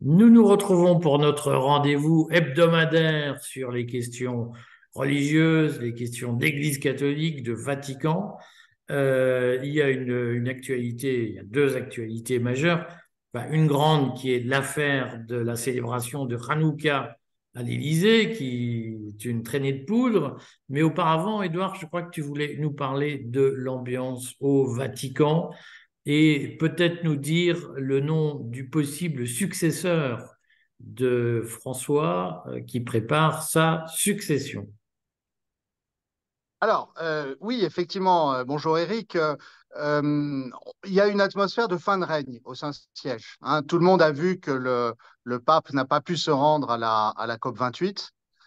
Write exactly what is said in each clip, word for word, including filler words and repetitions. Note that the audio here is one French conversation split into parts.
Nous nous retrouvons pour notre rendez-vous hebdomadaire sur les questions religieuses, les questions d'Église catholique, de Vatican. Euh, il y a une, une actualité, il y a deux actualités majeures. Enfin, une grande qui est l'affaire de la célébration de Hanouka à l'Élysée, qui est une traînée de poudre. Mais auparavant, Édouard, je crois que tu voulais nous parler de l'ambiance au Vatican et peut-être nous dire le nom du possible successeur de François euh, qui prépare sa succession. Alors, euh, oui, effectivement, euh, bonjour Eric. Euh, euh, il y a une atmosphère de fin de règne au Saint-Siège, hein. Tout le monde a vu que le, le pape n'a pas pu se rendre à la, à la COP vingt-huit,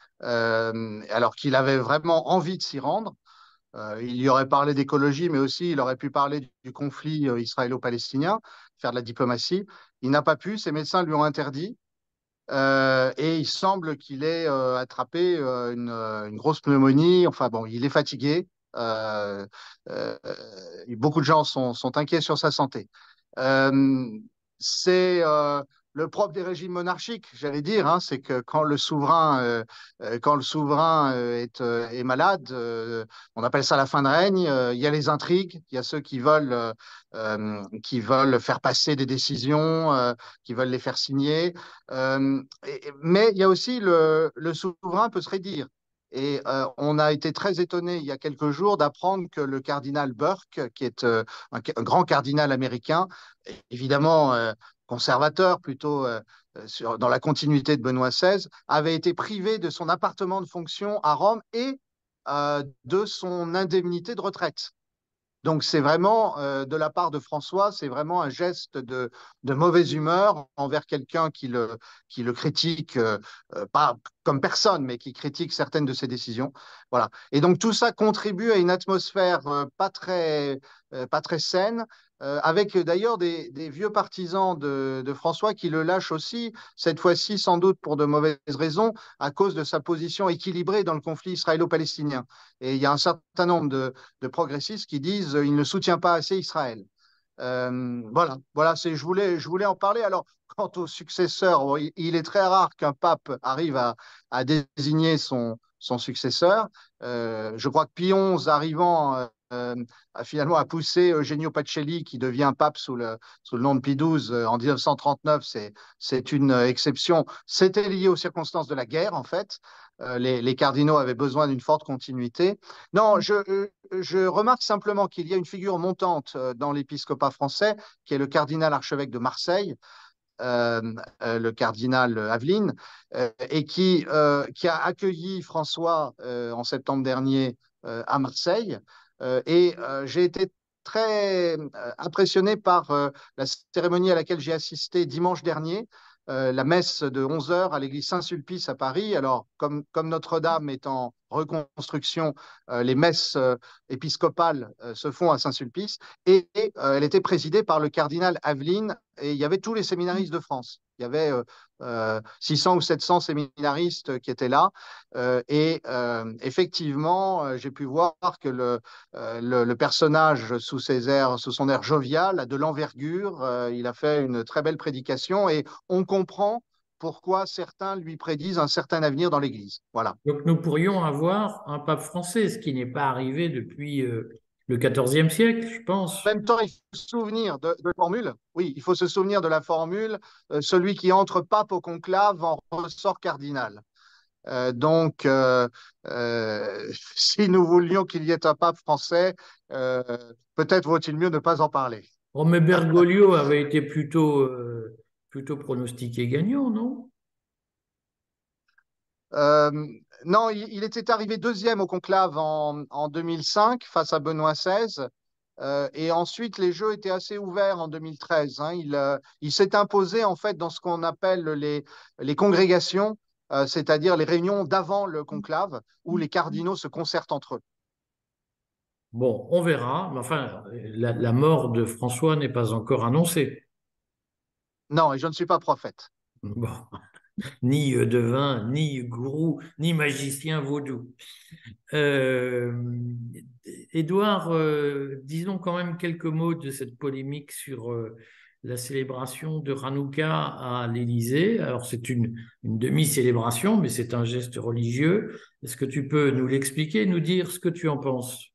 euh, alors qu'il avait vraiment envie de s'y rendre. Euh, il y aurait parlé d'écologie, mais aussi il aurait pu parler du conflit euh, israélo-palestinien, faire de la diplomatie. Il n'a pas pu, ses médecins lui ont interdit. Euh, et il semble qu'il ait euh, attrapé euh, une, euh, une grosse pneumonie. Enfin bon, il est fatigué. Euh, euh, et beaucoup de gens sont, sont inquiets sur sa santé. Euh, c'est euh, le propre des régimes monarchiques, j'allais dire, hein, c'est que quand le souverain, euh, euh, quand le souverain euh, est, euh, est malade, euh, on appelle ça la fin de règne. Euh, il y a les intrigues, il y a ceux qui veulent, euh, euh, qui veulent faire passer des décisions, euh, qui veulent les faire signer. Euh, et- mais il y a aussi le, le souverain peut se raidir. Et euh, on a été très étonné il y a quelques jours d'apprendre que le cardinal Burke, qui est euh, un, un grand cardinal américain, évidemment euh, conservateur, plutôt euh, sur, dans la continuité de Benoît seize, avait été privé de son appartement de fonction à Rome et euh, de son indemnité de retraite. Donc c'est vraiment, euh, de la part de François, c'est vraiment un geste de, de mauvaise humeur envers quelqu'un qui le, qui le critique, euh, euh, pas comme personne, mais qui critique certaines de ses décisions. Voilà. Et donc tout ça contribue à une atmosphère euh, pas très, euh, pas très saine, euh, avec d'ailleurs des, des vieux partisans de, de François qui le lâchent aussi, cette fois-ci sans doute pour de mauvaises raisons, à cause de sa position équilibrée dans le conflit israélo-palestinien. Et il y a un certain nombre de de progressistes qui disent qu'il ne soutient pas assez Israël. Euh, voilà, voilà, c'est, je voulais, je voulais en parler. Alors, quant au successeur, bon, il, il est très rare qu'un pape arrive à, à désigner son, son successeur. Euh, je crois que Pie onze, arrivant, euh, a finalement a poussé Eugenio Pacelli, qui devient pape sous le, sous le nom de Pie douze euh, en dix-neuf cent trente-neuf. C'est, c'est une exception. C'était lié aux circonstances de la guerre, en fait. Euh, les, les cardinaux avaient besoin d'une forte continuité. Non, je, euh, je remarque simplement qu'il y a une figure montante euh, dans l'épiscopat français, qui est le cardinal archevêque de Marseille, euh, euh, le cardinal Aveline, euh, et qui, euh, qui a accueilli François euh, en septembre dernier euh, à Marseille. Euh, et euh, j'ai été très euh, impressionné par euh, la cérémonie à laquelle j'ai assisté dimanche dernier, euh, la messe de onze heures à l'église Saint-Sulpice à Paris. Alors, comme, comme Notre-Dame est en reconstruction, euh, les messes euh, épiscopales euh, se font à Saint-Sulpice, et, et euh, elle était présidée par le cardinal Aveline, et il y avait tous les séminaristes de France. Il y avait euh, euh, six cents ou sept cents séminaristes qui étaient là. Euh, et euh, effectivement, euh, j'ai pu voir que le, euh, le, le, personnage, sous, ses airs, sous son air jovial, a de l'envergure. Euh, il a fait une très belle prédication et on comprend pourquoi certains lui prédisent un certain avenir dans l'Église. Voilà. Donc nous pourrions avoir un pape français, ce qui n'est pas arrivé depuis euh, le quatorzième siècle, je pense. En même temps, il faut se souvenir de, de la formule. Oui, il faut se souvenir de la formule. Euh, celui qui entre pape au conclave en ressort cardinal. Euh, donc, euh, euh, si nous voulions qu'il y ait un pape français, euh, peut-être vaut-il mieux ne pas en parler. Oh, mais Bergoglio avait été plutôt, euh, plutôt pronostiqué gagnant, non? Euh, non, il, il était arrivé deuxième au conclave en, en deux mille cinq face à Benoît seize. Euh, et ensuite, les jeux étaient assez ouverts en deux mille treize, hein. Il, euh, il s'est imposé en fait dans ce qu'on appelle les, les congrégations, euh, c'est-à-dire les réunions d'avant le conclave, où les cardinaux se concertent entre eux. Bon, on verra. Mais enfin, la, la mort de François n'est pas encore annoncée. Non, et je ne suis pas prophète. Bon, ni euh, devin, ni gourou, ni magicien vaudou. Euh, Édouard, euh, disons quand même quelques mots de cette polémique sur euh, la célébration de Hanouka à l'Élysée. Alors c'est une, une demi-célébration, mais c'est un geste religieux. Est-ce que tu peux nous l'expliquer, nous dire ce que tu en penses?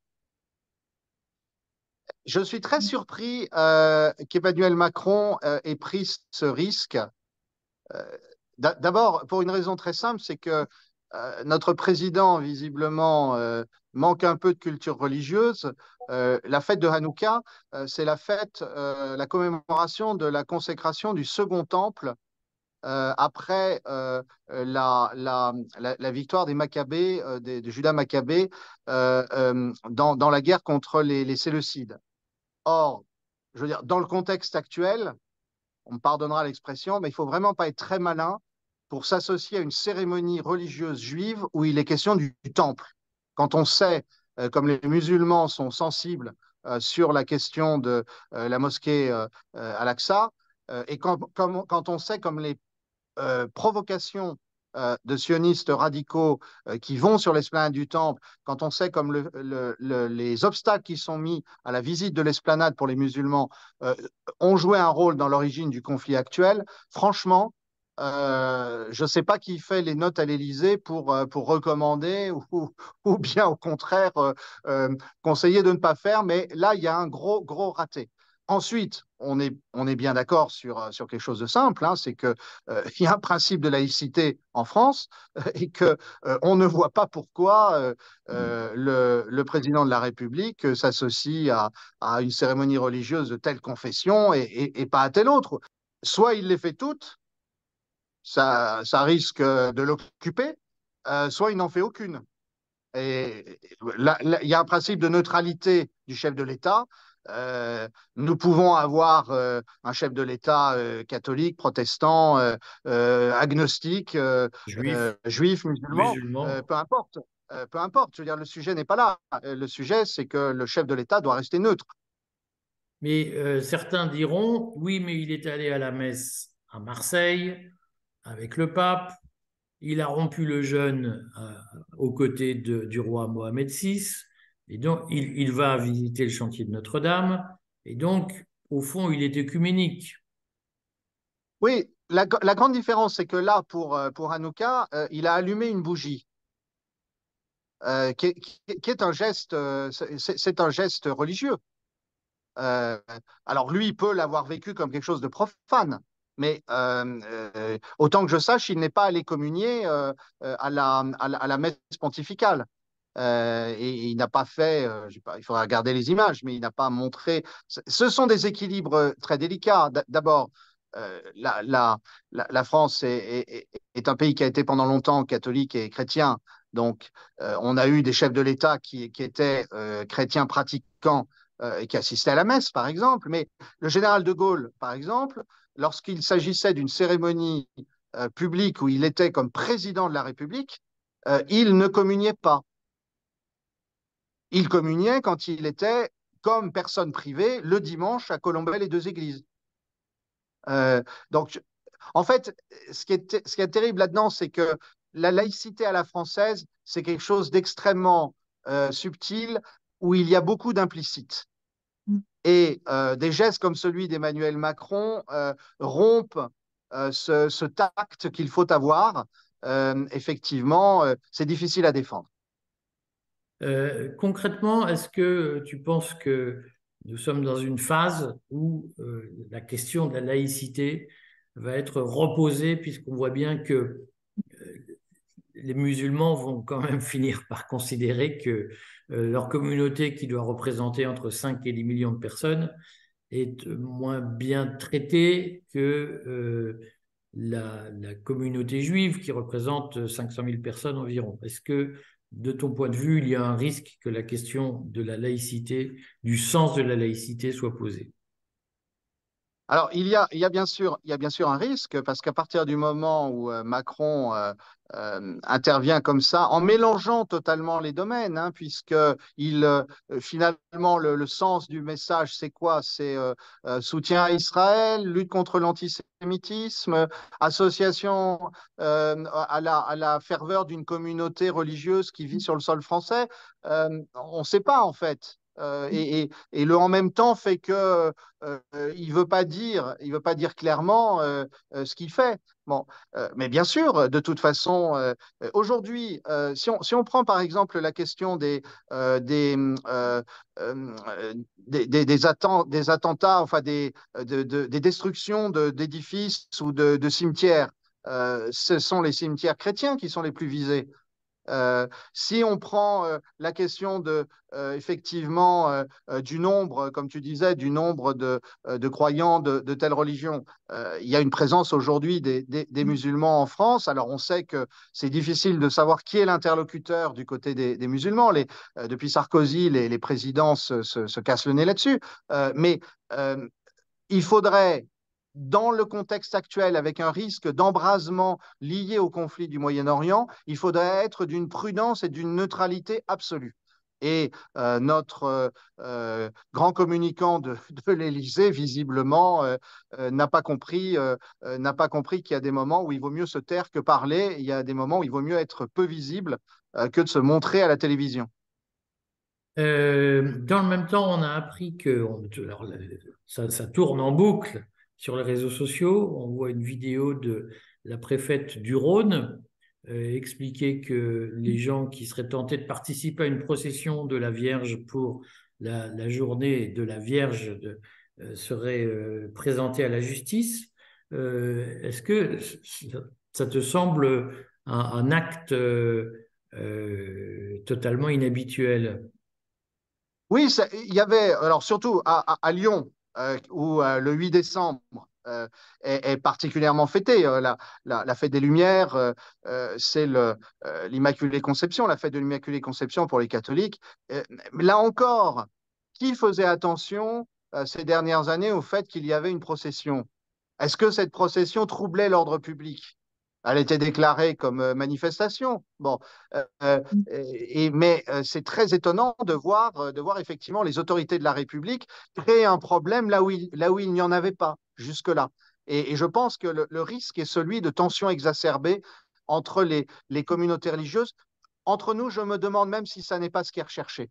Je suis très surpris euh, qu'Emmanuel Macron euh, ait pris ce risque. Euh, d'a- D'abord, pour une raison très simple, c'est que euh, notre président, visiblement, euh, manque un peu de culture religieuse. Euh, la fête de Hanouka, euh, c'est la fête, euh, la commémoration de la consécration du second temple euh, après euh, la, la, la, la victoire des Maccabées, euh, des- de Judas Maccabée, euh, euh, dans, dans la guerre contre les, les Séleucides. Or, je veux dire, dans le contexte actuel, on me pardonnera l'expression, mais il faut vraiment pas être très malin pour s'associer à une cérémonie religieuse juive où il est question du, du temple. Quand on sait, euh, comme les musulmans sont sensibles euh, sur la question de euh, la mosquée euh, euh, Al-Aqsa, euh, et quand, comme- quand on sait comme les euh, provocations euh, de sionistes radicaux euh, qui vont sur l'esplanade du Temple, quand on sait comme le, le, le, les obstacles qui sont mis à la visite de l'esplanade pour les musulmans euh, ont joué un rôle dans l'origine du conflit actuel, franchement, euh, je ne sais pas qui fait les notes à l'Élysée pour, euh, pour recommander ou, ou bien au contraire euh, euh, conseiller de ne pas faire, mais là, il y a un gros, gros raté. Ensuite, on est, on est bien d'accord sur, sur quelque chose de simple, hein, c'est qu'il euh, y a un principe de laïcité en France euh, et qu'on euh, ne voit pas pourquoi euh, euh, le, le, président de la République euh, s'associe à, à, une cérémonie religieuse de telle confession et, et, et pas à telle autre. Soit il les fait toutes, ça, ça risque de l'occuper, euh, soit il n'en fait aucune. Et là, là, il y a un principe de neutralité du chef de l'État. Euh, nous pouvons avoir euh, un chef de l'État euh, catholique, protestant, euh, euh, agnostique, euh, euh, Juif, juif, musulman, euh, musulman. peu importe. Euh, peu importe. Je veux dire, le sujet n'est pas là. Euh, Le sujet, c'est que le chef de l'État doit rester neutre. Mais euh, certains diront, oui, mais il est allé à la messe à Marseille avec le pape. Il a rompu le jeûne euh, aux côtés de- du roi Mohamed six. Et donc, il, il va visiter le chantier de Notre-Dame. Et donc, au fond, il est œcuménique. Oui, la, la grande différence, c'est que là, pour, euh, pour Hanouka, euh, il a allumé une bougie. Euh, qui, est, qui est- qui est un geste, euh, c'est c'est un geste religieux. Euh, alors lui, il peut l'avoir vécu comme quelque chose de profane, mais euh, euh, autant que je sache, il n'est pas allé communier euh, euh, à la, à la, à la messe pontificale. Euh, et, et il n'a pas fait, euh, je sais pas, il faudra regarder les images, mais il n'a pas montré. Ce ce sont des équilibres très délicats. D- D'abord, euh, la, la, la, la France est, est, est un pays qui a été pendant longtemps catholique et chrétien. Donc, euh, on a eu des chefs de l'État qui, qui étaient euh, chrétiens pratiquants euh, et qui assistaient à la messe, par exemple. Mais le général de Gaulle, par exemple, lorsqu'il s'agissait d'une cérémonie euh, publique où il était comme président de la République, euh, il ne communiait pas. Il communiait quand il était comme personne privée le dimanche à Colombey les deux églises. Euh, donc, en fait, ce qui est, ce qui est terrible là-dedans, c'est que la laïcité à la française, c'est quelque chose d'extrêmement euh, subtil où il y a beaucoup d'implicites. Et euh, des gestes comme celui d'Emmanuel Macron euh, rompent euh, ce, ce, tact qu'il faut avoir. Euh, effectivement, euh, c'est difficile à défendre. Euh, concrètement, est-ce que tu penses que nous sommes dans une phase où euh, la question de la laïcité va être reposée, puisqu'on voit bien que les musulmans vont quand même finir par considérer que euh, leur communauté, qui doit représenter entre cinq et dix millions de personnes, est moins bien traitée que euh, la, la communauté juive, qui représente cinq cent mille personnes environ. Est-ce que, de ton point de vue, il y a un risque que la question de la laïcité, du sens de la laïcité soit posée? Alors, il y a, il y a bien sûr, il y a bien sûr un risque parce qu'à partir du moment où euh, Macron euh, euh, intervient comme ça, en mélangeant totalement les domaines, hein, puisque il, euh, finalement, le, le sens du message, c'est quoi? C'est euh, euh, soutien à Israël, lutte contre l'antisémitisme, association euh, à la, à la ferveur d'une communauté religieuse qui vit sur le sol français. Euh, on ne sait pas, en fait. euh, et, et, et le en même temps fait que euh, il veut pas dire, il veut pas dire clairement euh, euh, ce qu'il fait. Bon, euh, mais bien sûr, de toute façon, euh, aujourd'hui, euh, si on, si on prend par exemple la question des euh, des, euh, euh, des, des, des, atten- des attentats, enfin des, de, de- des destructions de- d'édifices ou de, de cimetières, euh, ce sont les cimetières chrétiens qui sont les plus visés. Euh, si on prend euh, la question de, euh, effectivement euh, euh, du nombre, comme tu disais, du nombre de, euh, de croyants de, de telle religion, euh, il y a une présence aujourd'hui des, des, des musulmans en France. Alors on sait que c'est difficile de savoir qui est l'interlocuteur du côté des, des musulmans. Les, euh, depuis Sarkozy, les, les présidents se, se, se cassent le nez là-dessus. Euh, mais euh, il faudrait, dans le contexte actuel, avec un risque d'embrasement lié au conflit du Moyen-Orient, il faudrait être d'une prudence et d'une neutralité absolue. Et euh, notre euh, euh, grand communicant de, de l'Élysée, visiblement, euh, euh, n'a pas compris, euh, euh, n'a pas compris qu'il y a des moments où il vaut mieux se taire que parler. Il y a des moments où il vaut mieux être peu visible euh, que de se montrer à la télévision. Euh, dans le même temps, on a appris que on- alors, ça, ça tourne en boucle sur les réseaux sociaux. On voit une vidéo de la préfète du Rhône euh, expliquer que les gens qui seraient tentés de participer à une procession de la Vierge pour la, la journée de la Vierge de- euh, seraient euh, présentés à la justice. Euh, est-ce que ça ça te semble un, un acte euh, euh, totalement inhabituel? Oui, ça- il y avait, alors surtout à, à- à Lyon, euh, où euh, le huit décembre euh, est, est particulièrement fêté. Euh, la, la- la fête des Lumières, euh, euh, c'est le, euh, l'Immaculée Conception, la fête de l'Immaculée Conception pour les catholiques. Euh, là encore, qui faisait attention euh, ces dernières années au fait qu'il y avait une procession? Est-ce que cette procession troublait l'ordre public? Elle était déclarée comme euh, manifestation. Bon, euh, euh, et, mais euh, c'est très étonnant de voir, euh, de voir effectivement les autorités de la République créer un problème là où il, là où il n'y en avait pas jusque-là. Et, et je pense que le, le risque est celui de tensions exacerbées entre les, les communautés religieuses. Entre nous, je me demande même si ça n'est pas ce qui est recherché.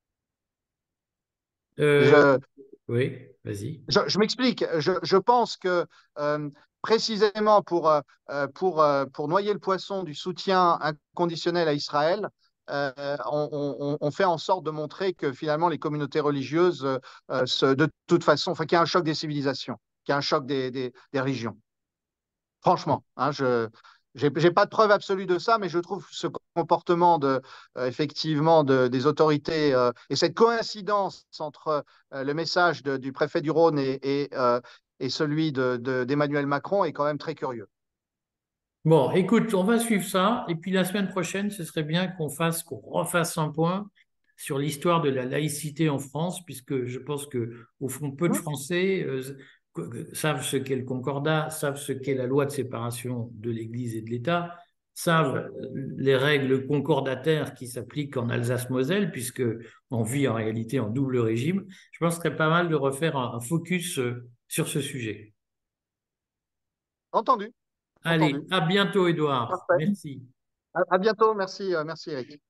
Euh, Je, oui, vas-y. Je, je m'explique. Je, je, pense que euh, précisément pour, euh, pour, euh, pour noyer le poisson du soutien inconditionnel à Israël, euh, on, on, on, fait en sorte de montrer que finalement les communautés religieuses, euh, se, de toute façon, enfin, qu'il y a un choc des civilisations, qu'il y a un choc des, des, des religions. Franchement, hein, je n'ai pas de preuve absolue de ça, mais je trouve ce comportement de, euh, effectivement de, des autorités euh, et cette coïncidence entre euh, le message de, du préfet du Rhône et, et, euh, et celui d'Emmanuel de, d'Emmanuel Macron est quand même très curieux. Bon, écoute, on va suivre ça. Et puis la semaine prochaine, ce serait bien qu'on fasse, qu'on refasse un point sur l'histoire de la laïcité en France, puisque je pense que, au fond, peu de Mmh. Français euh, savent ce qu'est le concordat, savent ce qu'est la loi de séparation de l'Église et de l'État, savent les règles concordataires qui s'appliquent en Alsace-Moselle, puisque on vit en réalité en double régime. Je pense que ce serait pas mal de refaire un, un focus euh, sur ce sujet. Entendu, Allez, entendu. à bientôt, Édouard. Parfait. Merci. À, à bientôt. Merci, euh, merci Eric.